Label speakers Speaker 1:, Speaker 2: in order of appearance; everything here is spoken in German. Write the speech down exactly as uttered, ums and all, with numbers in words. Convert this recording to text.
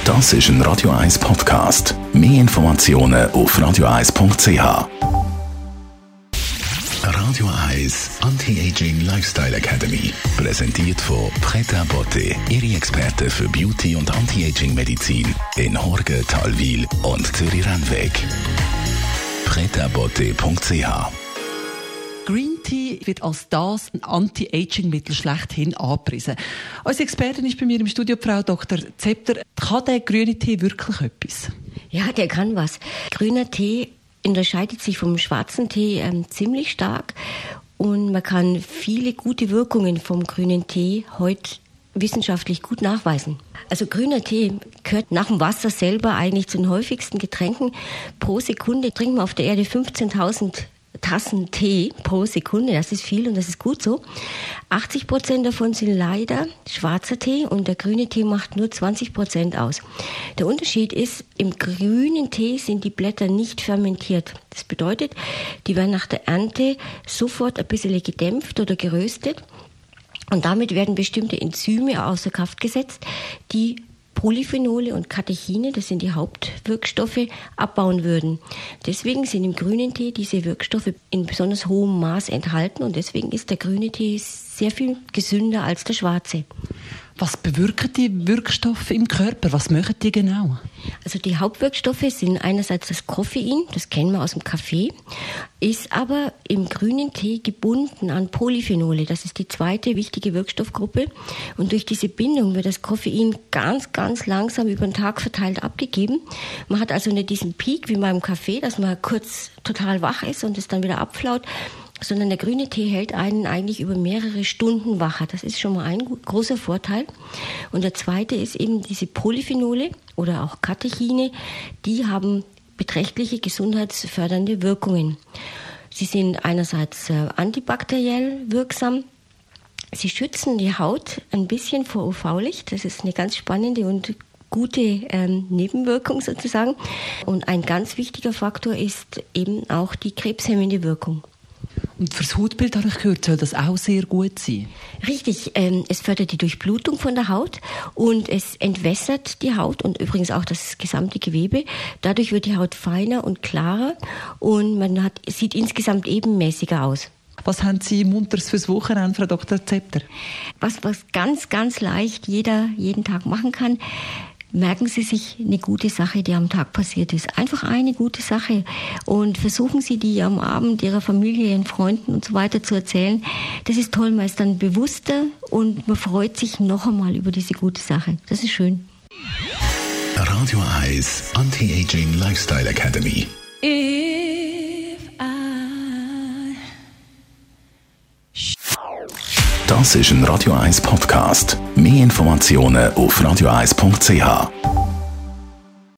Speaker 1: Das ist ein Radio eins Podcast. Mehr Informationen auf radio eins punkt c h. Radio eins Anti-Aging Lifestyle Academy. Präsentiert von Prêt à Botter. Ihre Experten für Beauty- und Anti-Aging-Medizin in Horgen, Talwil und Zürich-Rennweg. prêt à botter punkt c h.
Speaker 2: Green Tea wird als das Anti-Aging-Mittel schlechthin angepriesen. Unsere Expertin ist bei mir im Studio, Frau Doktor Zepter. Kann der grüne Tee wirklich etwas?
Speaker 3: Ja, der kann was. Grüner Tee unterscheidet sich vom schwarzen Tee ähm, ziemlich stark und man kann viele gute Wirkungen vom grünen Tee heute wissenschaftlich gut nachweisen. Also grüner Tee gehört nach dem Wasser selber eigentlich zu den häufigsten Getränken. Pro Sekunde trinken wir auf der Erde fünfzehntausend Tassen Tee pro Sekunde. Das ist viel und das ist gut so. achtzig Prozent davon sind leider schwarzer Tee und der grüne Tee macht nur zwanzig Prozent aus. Der Unterschied ist, im grünen Tee sind die Blätter nicht fermentiert. Das bedeutet, die werden nach der Ernte sofort ein bisschen gedämpft oder geröstet und damit werden bestimmte Enzyme außer Kraft gesetzt, die Polyphenole und Katechine, das sind die Hauptwirkstoffe, abbauen würden. Deswegen sind im grünen Tee diese Wirkstoffe in besonders hohem Maß enthalten und deswegen ist der grüne Tee sehr viel gesünder als der schwarze.
Speaker 2: Was bewirken die Wirkstoffe im Körper? Was machen die genau?
Speaker 3: Also die Hauptwirkstoffe sind einerseits das Koffein, das kennen wir aus dem Kaffee, ist aber im grünen Tee gebunden an Polyphenole. Das ist die zweite wichtige Wirkstoffgruppe. Und durch diese Bindung wird das Koffein ganz, ganz langsam über den Tag verteilt abgegeben. Man hat also nicht diesen Peak wie beim Kaffee, dass man kurz total wach ist und es dann wieder abflaut, sondern der grüne Tee hält einen eigentlich über mehrere Stunden wacher. Das ist schon mal ein großer Vorteil. Und der zweite ist eben diese Polyphenole oder auch Katechine, die haben beträchtliche gesundheitsfördernde Wirkungen. Sie sind einerseits äh, antibakteriell wirksam. Sie schützen die Haut ein bisschen vor U V-Licht. Das ist eine ganz spannende und gute ähm, Nebenwirkung sozusagen. Und ein ganz wichtiger Faktor ist eben auch die krebshemmende Wirkung.
Speaker 2: Und fürs Hautbild, habe ich gehört, soll das auch sehr gut sein?
Speaker 3: Richtig, ähm, es fördert die Durchblutung von der Haut und es entwässert die Haut und übrigens auch das gesamte Gewebe. Dadurch wird die Haut feiner und klarer und man hat, sieht insgesamt ebenmäßiger aus.
Speaker 2: Was haben Sie Munteres fürs Wochenende, Frau Doktor Zepter?
Speaker 3: Was, was ganz, ganz leicht jeder jeden Tag machen kann. Merken Sie sich eine gute Sache, die am Tag passiert ist. Einfach eine gute Sache. Und versuchen Sie, die am Abend Ihrer Familie, Ihren Freunden und so weiter zu erzählen. Das ist toll, man ist dann bewusster und man freut sich noch einmal über diese gute Sache. Das ist schön.
Speaker 1: Radio eins Anti-Aging Lifestyle Academy.
Speaker 2: If I...
Speaker 1: Das ist ein Radio eins Podcast. Mehr Informationen auf radio eins punkt c h.